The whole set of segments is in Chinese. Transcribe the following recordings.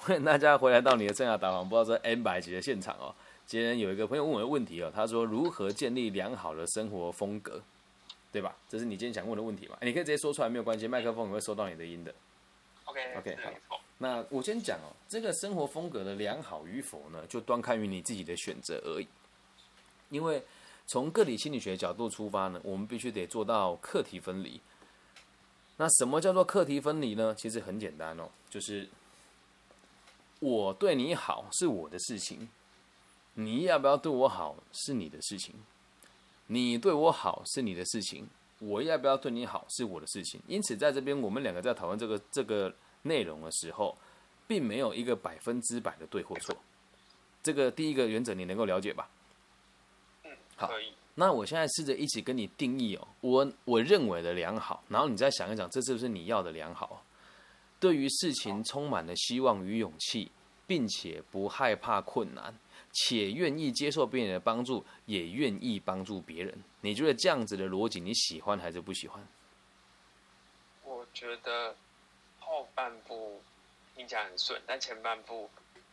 欢迎大家回来到你的生涯导航，不知道在 N100集的现场哦。今天有一个朋友问我的问题哦，他说如何建立良好的生活风格，对吧？这是你今天想问的问题嘛？你可以直接说出来没有关系，麦克风也会收到你的音的。OK， 好。那我先讲哦，这个生活风格的良好与否呢，就端看于你自己的选择而已。因为从个体心理学角度出发呢，我们必须得做到课题分离。那什么叫做课题分离呢？其实很简单哦，就是我对你好是我的事情，你要不要对我好是你的事情，你对我好是你的事情，我要不要对你好是我的事情。因此，在这边我们两个在讨论这个内容的时候，并没有一个100%的对或错。这个第一个原则你能够了解吧？好，那我现在试着一起跟你定义哦，我认为的良好，然后你再想一想，这是不是你要的良好？对于事情充满了希望与勇气，并且不害怕困难，且愿意接受别人的帮助，也愿意帮助别人。你觉得这样子的逻辑你喜欢还是不喜欢？ 我觉得后半部听起来很顺，但前半部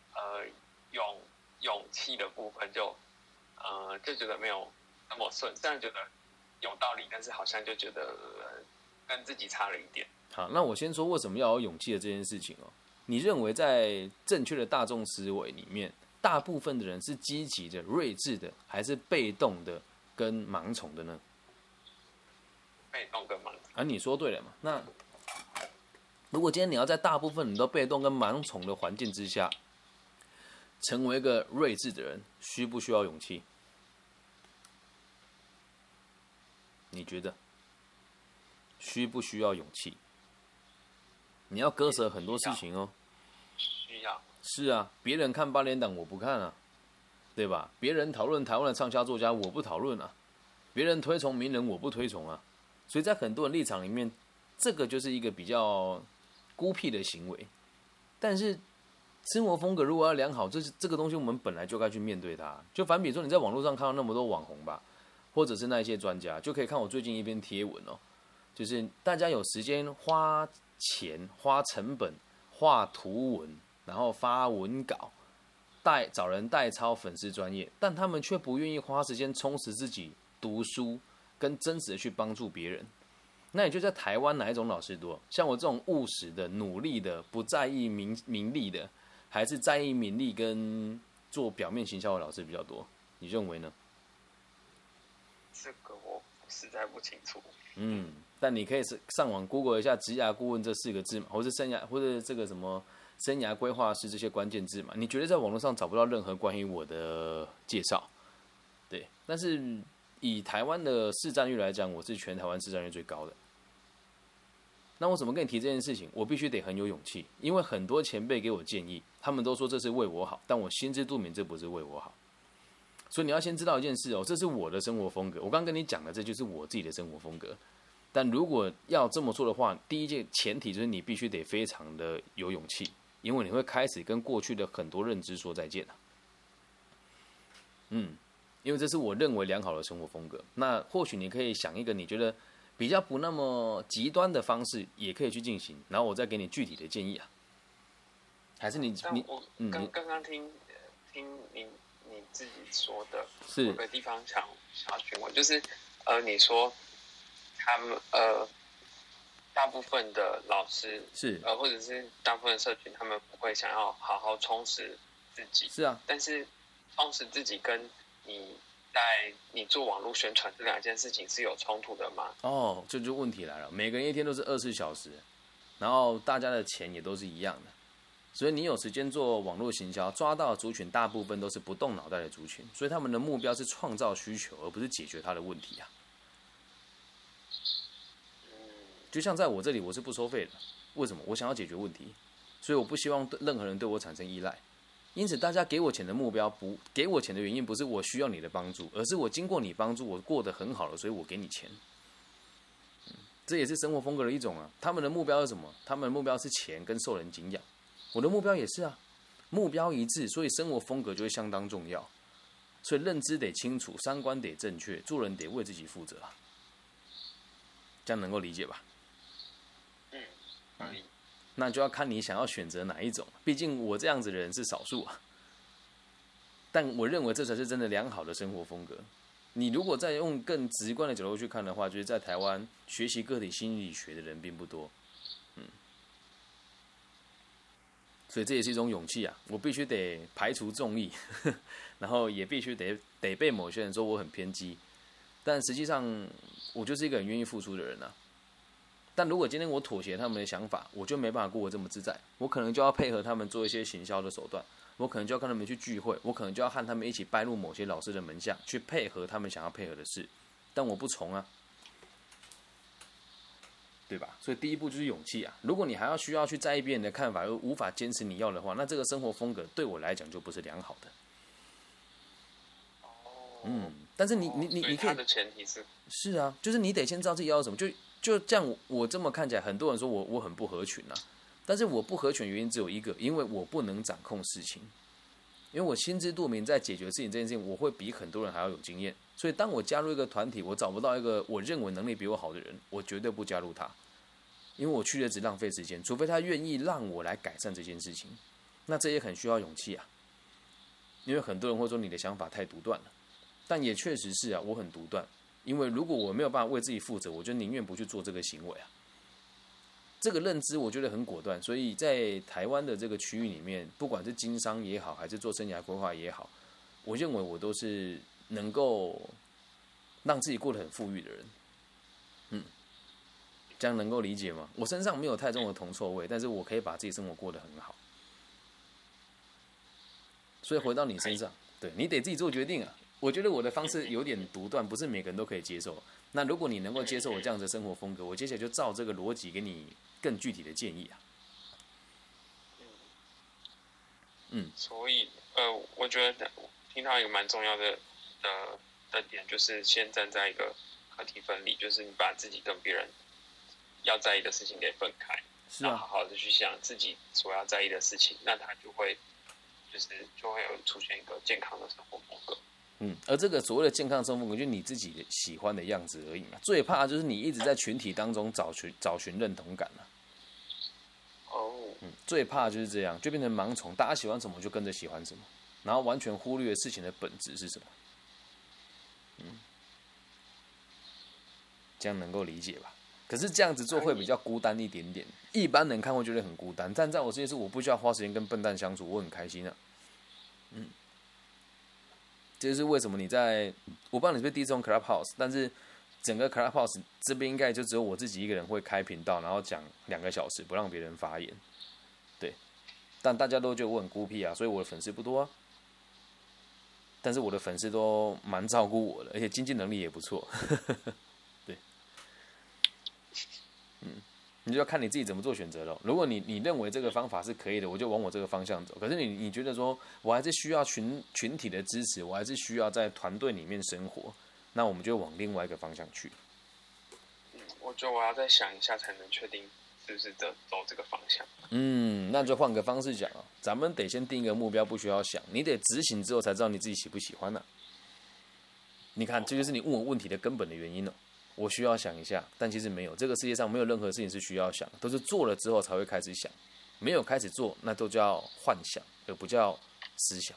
勇气的部分就觉得没有那么顺，虽然觉得有道理，但是好像就觉得跟自己差了一点。 好，那我先说为什么要有勇气的这件事情哦。你认为在正确的大众思维里面，大部分的人是积极的、睿智的，还是被动的跟盲从的呢？ 被动跟盲从。 你说对了嘛？那如果今天你要在大部分人都被动跟盲从的环境之下，成为一个睿智的人，需不需要勇气？你觉得需不需要勇气？你要割舍很多事情哦。 需要。 是啊，别人看8点档我不看啊，对吧？别人讨论台湾的畅销作家我不讨论啊，别人推崇名人我不推崇啊。所以在很多人立场里面，这个就是一个比较孤僻的行为。但是生活风格如果要良好，这个东西我们本来就该去面对它。就反比说你在网络上看到那么多网红吧，或者是那一些专家，就可以看我最近一篇贴文哦，就是大家有时间花钱、花成本、画图文，然后发文稿，找人代操粉丝专业，但他们却不愿意花时间充实自己读书，跟真实的去帮助别人。那你就在台湾哪一种老师多？像我这种务实的、努力的、不在意名利的，还是在意名利跟做表面行销的老师比较多？你认为呢？ 这个我实在不清楚。 但你可以上网 Google 一下职涯顾问这4个字嘛，或是或者这个什么生涯规划师这些关键字嘛，你绝对在网络上找不到任何关于我的介绍。对，但是以台湾的市占率来讲，我是全台湾市占率最高的。那我怎么跟你提这件事情？我必须得很有勇气，因为很多前辈给我建议，他们都说这是为我好，但我心知肚明这不是为我好。所以你要先知道一件事哦，这是我的生活风格。我刚跟你讲的，这就是我自己的生活风格。但如果要这么做的话，第一件前提就是你必须得非常的有勇气，因为你会开始跟过去的很多认知说再见了。因为这是我认为良好的生活风格。那或许你可以想一个你觉得比较不那么极端的方式，也可以去进行，然后我再给你具体的建议啊。还是你我刚刚听你自己说的， 是有个地方想要询问，就是你说他们大部分的老师是或者是大部分社群，他们不会想要好好充实自己。 是啊， 但是充实自己跟你做网络宣传这2件事情是有冲突的吗？ 哦，这就问题来了。每个人一天都是24小时，然后大家的钱也都是一样的，所以你有时间做网络行销，抓到的族群大部分都是不动脑袋的族群，所以他们的目标是创造需求，而不是解决他的问题啊。就像在我这里，我是不收费的，为什么？我想要解决问题，所以我不希望任何人对我产生依赖。因此，大家给我钱的目标不给我钱的原因，不是我需要你的帮助，而是我经过你帮助，我过得很好了，所以我给你钱。这也是生活风格的一种啊。他们的目标是什么？他们的目标是钱跟受人敬仰。我的目标也是啊，目标一致，所以生活风格就会相当重要。所以认知得清楚，三观得正确，做人得为自己负责啊。这样能够理解吧？ 可以。 那就要看你想要选择哪一种。毕竟我这样子的人是少数啊，但我认为这才是真的良好的生活风格。你如果再用更直观的角度去看的话，就是在台湾学习个体心理学的人并不多，所以这也是一种勇气啊！我必须得排除众议，然后也必须得被某些人说我很偏激，但实际上我就是一个很愿意付出的人啊。但如果今天我妥协他们的想法，我就没办法过得这么自在，我可能就要配合他们做一些行销的手段，我可能就要跟他们去聚会，我可能就要和他们一起拜入某些老师的门下，去配合他们想要配合的事，但我不从啊。对吧？所以第一步就是勇气啊！如果你还需要去在意别人的看法，而无法坚持你要的话，那这个生活风格对我来讲就不是良好的。但是你可以， 他的前提是啊，就是你得先知道自己要什么。就这样，我这么看起来，很多人说我很不合群啊，但是我不合群的原因只有一个，因为我不能掌控事情，因为我心知肚明，在解决事情这件事情，我会比很多人还要有经验。所以当我加入一个团体，我找不到一个我认为能力比我好的人，我绝对不加入他。因为我去了只浪费时间，除非他愿意让我来改善这件事情，那这也很需要勇气啊。因为很多人会说你的想法太独断了，但也确实是啊，我很独断。因为如果我没有办法为自己负责，我就宁愿不去做这个行为啊。这个认知我觉得很果断，所以在台湾的这个区域里面，不管是经商也好，还是做生涯规划也好，我认为我都是能够让自己过得很富裕的人。这样能够理解吗？我身上没有太重的铜臭味，但是我可以把自己生活过得很好。所以回到你身上，对你得自己做决定啊。我觉得我的方式有点独断，不是每个人都可以接受。那如果你能够接受我这样的生活风格，我接下来就照这个逻辑给你更具体的建议啊。 所以我觉得听到一个蛮重要的点，就是先站在一个课题分离，就是你把自己跟别人要在意的事情给分开，然后好好的去想自己所要在意的事情，那他就会有出现一个健康的生活风格。 而这个所谓的健康生活风格，就是你自己喜欢的样子而已嘛。最怕就是你一直在群体当中找寻认同感啊。最怕就是这样，就变成盲从，大家喜欢什么就跟着喜欢什么，然后完全忽略事情的本质是什么。这样能够理解吧？可是这样子做会比较孤单一点点，一般人看会觉得很孤单，但在我这件事，我不需要花时间跟笨蛋相处，我很开心啊。这就是为什么我不知道你是不是第一次用 Clubhouse， 但是整个 Clubhouse 这边应该就只有我自己一个人会开频道，然后讲2个小时，不让别人发言。对，但大家都觉得我很孤僻啊，所以我的粉丝不多啊。但是我的粉丝都蛮照顾我的，而且经济能力也不错。对，你就要看你自己怎么做选择了。如果你认为这个方法是可以的，我就往我这个方向走。可是你觉得说我还是需要群体的支持，我还是需要在团队里面生活，那我们就往另外一个方向去。 我觉得我要再想一下才能确定是不是走这个方向。 那就换个方式讲啊，咱们得先定一个目标，不需要想，你得执行之后才知道你自己喜不喜欢呢。你看，这就是你问我问题的根本的原因了。我需要想一下，但其实没有，这个世界上没有任何事情是需要想，都是做了之后才会开始想。没有开始做，那都叫幻想，而不叫思想。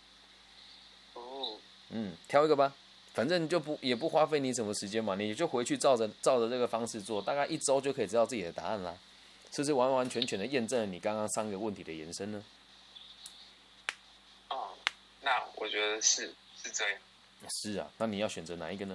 挑一个吧，反正也不花费你什么时间嘛，你就回去照着这个方式做，大概1周就可以知道自己的答案啦。是不是完完全全的验证了你刚刚3个问题的延伸呢？ 那我觉得是这样。 是啊，那你要选择哪一个呢？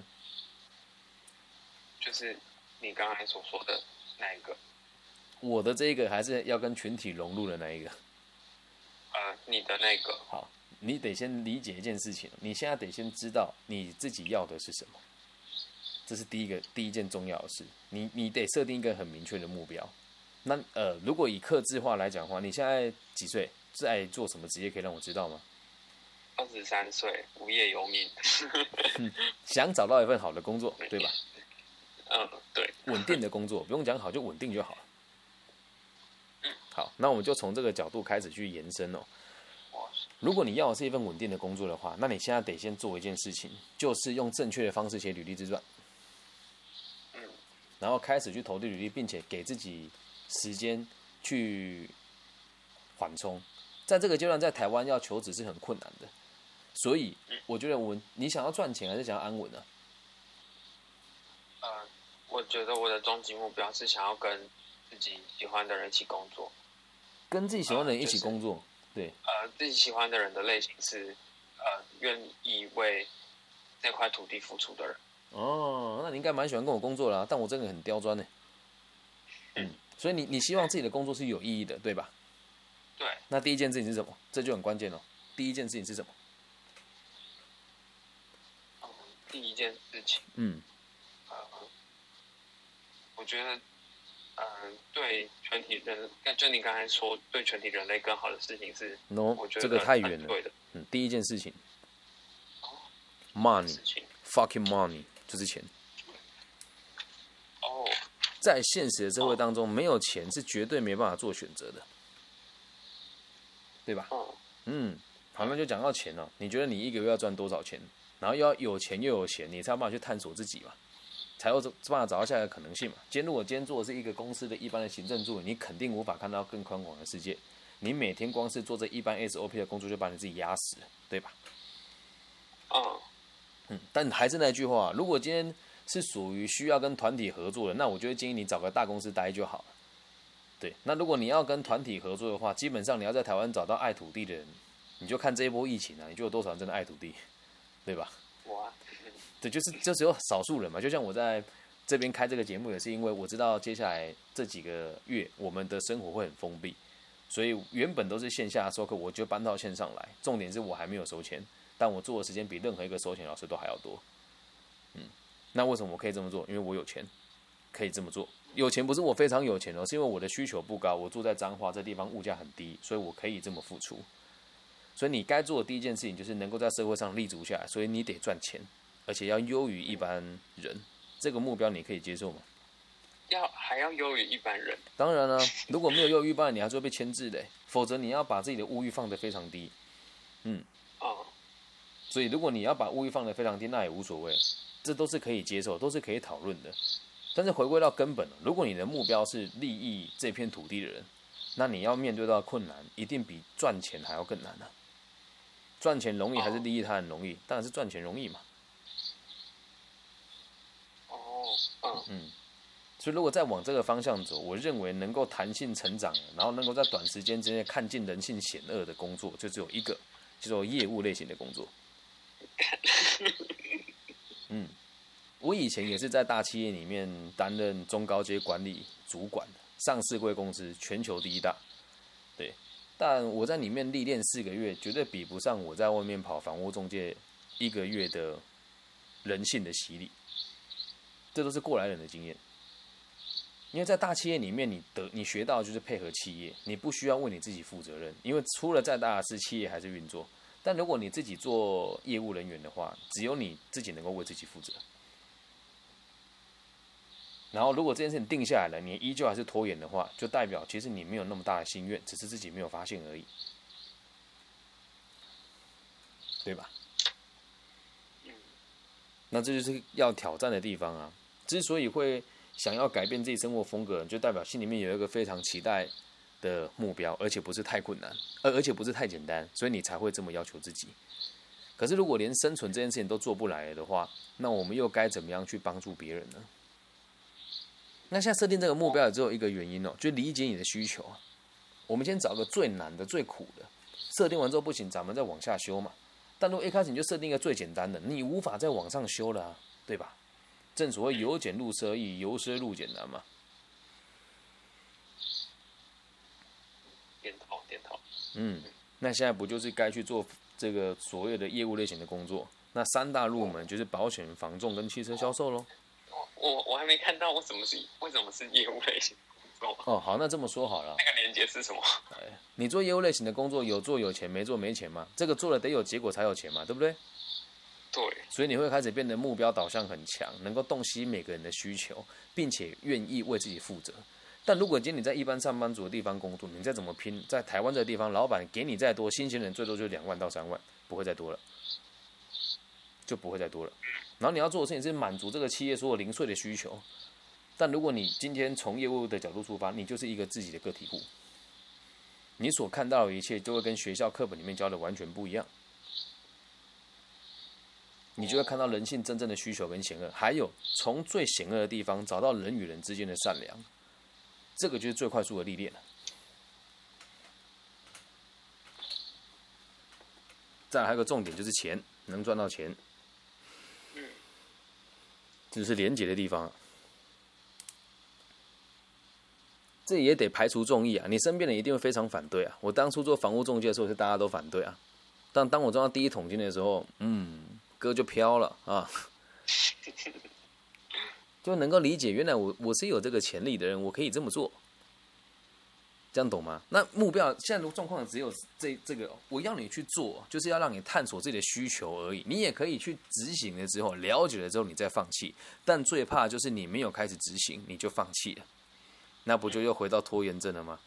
就是你刚才所说的那一个。 我的这个还是要跟群体融入的那一个。 你的那个。 好，你得先理解一件事情，你现在得先知道你自己要的是什么，这是第一件重要的事。你得设定一个很明确的目标。那如果以客制化来讲的话，你现在几岁？在做什么职业？可以让我知道吗 ？23岁，无业游民。 想找到一份好的工作，对吧？ 对。 稳定的工作，不用讲好，就稳定就好了。好，那我们就从这个角度开始去延伸哦。如果你要的是一份稳定的工作的话，那你现在得先做一件事情，就是用正确的方式写履历自传。然后开始去投递履历，并且给自己时间去缓冲。在这个阶段，在台湾要求职是很困难的，所以我觉得你想要赚钱还是想要安稳呢？ 我觉得我的终极目标是想要跟自己喜欢的人一起工作， 跟自己喜欢的人一起工作，对。 自己喜欢的人的类型是愿意为这块土地付出的人。 哦，那你应该蛮喜欢跟我工作啦，但我这个很刁钻呢。所以你希望自己的工作是有意义的，对吧？ 对。 那第一件事情是什么？这就很关键哦。第一件事情是什么？ 第一件事情，我觉得，对全体人，就你刚才说对全体人类更好的事情是，我觉得这个太远了。 对的。 第一件事情，money， fucking money， 就是钱。在现实的社会当中，没有钱是绝对没办法做选择的，对吧？好，那就讲到钱了。你觉得你一个月要赚多少钱？然后要有钱又有闲，你才有办法去探索自己嘛，才有办法找到下一个可能性嘛。如果今天做的是一个公司的一般的行政助理，你肯定无法看到更宽广的世界。你每天光是做这一般 SOP 的工作，就把你自己压死了，对吧？但还是那句话，如果今天是属于需要跟团体合作的，那我就会建议你找个大公司待就好了。对，那如果你要跟团体合作的话，基本上你要在台湾找到爱土地的人，你就看这一波疫情啊，你就有多少人真的爱土地，对吧？对，就只有少数人嘛。就像我在这边开这个节目，也是因为我知道接下来这几个月我们的生活会很封闭，所以原本都是线下授课，我就搬到线上来。重点是我还没有收钱，但我做的时间比任何一个收钱老师都还要多。那为什么我可以这么做？因为我有钱，可以这么做。有钱不是我非常有钱哦，是因为我的需求不高，我住在彰化这地方物价很低，所以我可以这么付出。所以你该做的第一件事情就是能够在社会上立足下来，所以你得赚钱，而且要优于一般人。这个目标你可以接受吗？ 还要优于一般人？ 当然了，如果没有优于一般人，你还是会被牵制的，否则你要把自己的物欲放得非常低。所以如果你要把物欲放得非常低，那也无所谓。这都是可以接受，都是可以讨论的。但是回归到根本，如果你的目标是利益这片土地的人，那你要面对到困难，一定比赚钱还要更难啊。赚钱容易还是利益它很容易？当然是赚钱容易嘛。所以如果再往这个方向走，我认为能够弹性成长，然后能够在短时间之内看尽人性险恶的工作，就只有一个，叫做业务类型的工作。我以前也是在大企业里面担任中高阶管理主管，上市柜公司全球第一大，对。但我在里面历练4个月，绝对比不上我在外面跑房屋中介1个月的人性的洗礼。这都是过来人的经验。因为在大企业里面，你学到的就是配合企业，你不需要为你自己负责任，因为出了再大的事，企业还是运作。但如果你自己做业务人员的话，只有你自己能够为自己负责。然后，如果这件事情定下来了，你依旧还是拖延的话，就代表其实你没有那么大的心愿，只是自己没有发现而已，对吧？那这就是要挑战的地方啊！之所以会想要改变自己生活风格，就代表心里面有一个非常期待的目标，而且不是太困难，而且不是太简单，所以你才会这么要求自己。可是如果连生存这件事情都做不来的话，那我们又该怎么样去帮助别人呢？那现在设定这个目标也只有一个原因哦，就理解你的需求。我们先找个最难的、最苦的，设定完之后不行，咱们再往下修嘛。但如果一开始你就设定一个最简单的，你无法再往上修了啊，对吧？正所谓由俭入奢易，由奢入俭难嘛。 点头。 那现在不就是该去做这个所谓的业务类型的工作？那3大入门就是保险、房仲跟汽车销售咯。 我还没看到为什么是业务类型工作。 好，那这么说好了。 那个连结是什么？ 你做业务类型的工作，有做有钱，没做没钱嘛？这个做了得有结果才有钱嘛，对不对？ 对。 所以你会开始变得目标导向很强，能够洞悉每个人的需求，并且愿意为自己负责。但如果今天你在一般上班族的地方工作，你再怎么拼，在台湾这个地方，老板给你再多，新鲜人最多就2万到3万，不会再多了，就不会再多了。然后你要做的事情是满足这个企业所有零碎的需求， 但如果你今天从业务的角度出发，你就是一个自己的个体户，你所看到的一切就会跟学校课本里面教的完全不一样。你就会看到人性真正的需求跟险恶，还有从最险恶的地方找到人与人之间的善良，这个就是最快速的历练了。再来还有个重点就是钱，能赚到钱，这就是连结的地方。这也得排除众议啊，你身边人一定会非常反对啊。我当初做房屋中介的时候，是大家都反对啊，但当我赚到第一桶金的时候，歌就飘了啊，就能够理解，原来我是有这个潜力的人，我可以这么做，这样懂吗？那目标现在的状况只有这个，我要你去做，就是要让你探索自己的需求而已。你也可以去执行了之后，了解了之后，你再放弃。但最怕就是你没有开始执行，你就放弃了，那不就又回到拖延症了吗？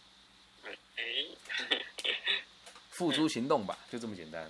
付诸行动吧，就这么简单。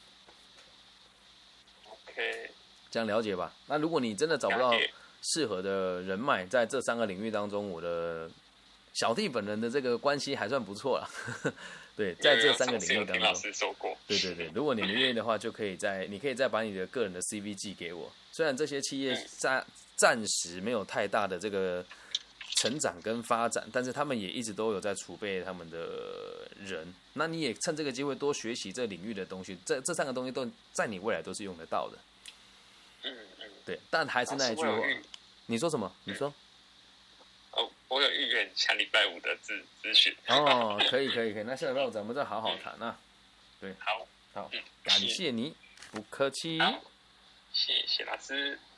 这样了解吧。那如果你真的找不到适合的人脉，在这3个领域当中，我的小弟本人的这个关系还算不错啦。对，在这3个领域当中，对，如果你们愿意的话，你可以再把你的个人的 CV 寄给我。虽然这些企业暂时没有太大的这个成长跟发展，但是他们也一直都有在储备他们的人。那你也趁这个机会多学习这领域的东西，这3个东西都在你未来都是用得到的。对，但还是那一句话，你说什么？你说。 我有预约下礼拜5的咨询。 哦，可以，那下礼拜5咱们再好好谈啊。对，好，感谢你，不客气。 谢谢老师。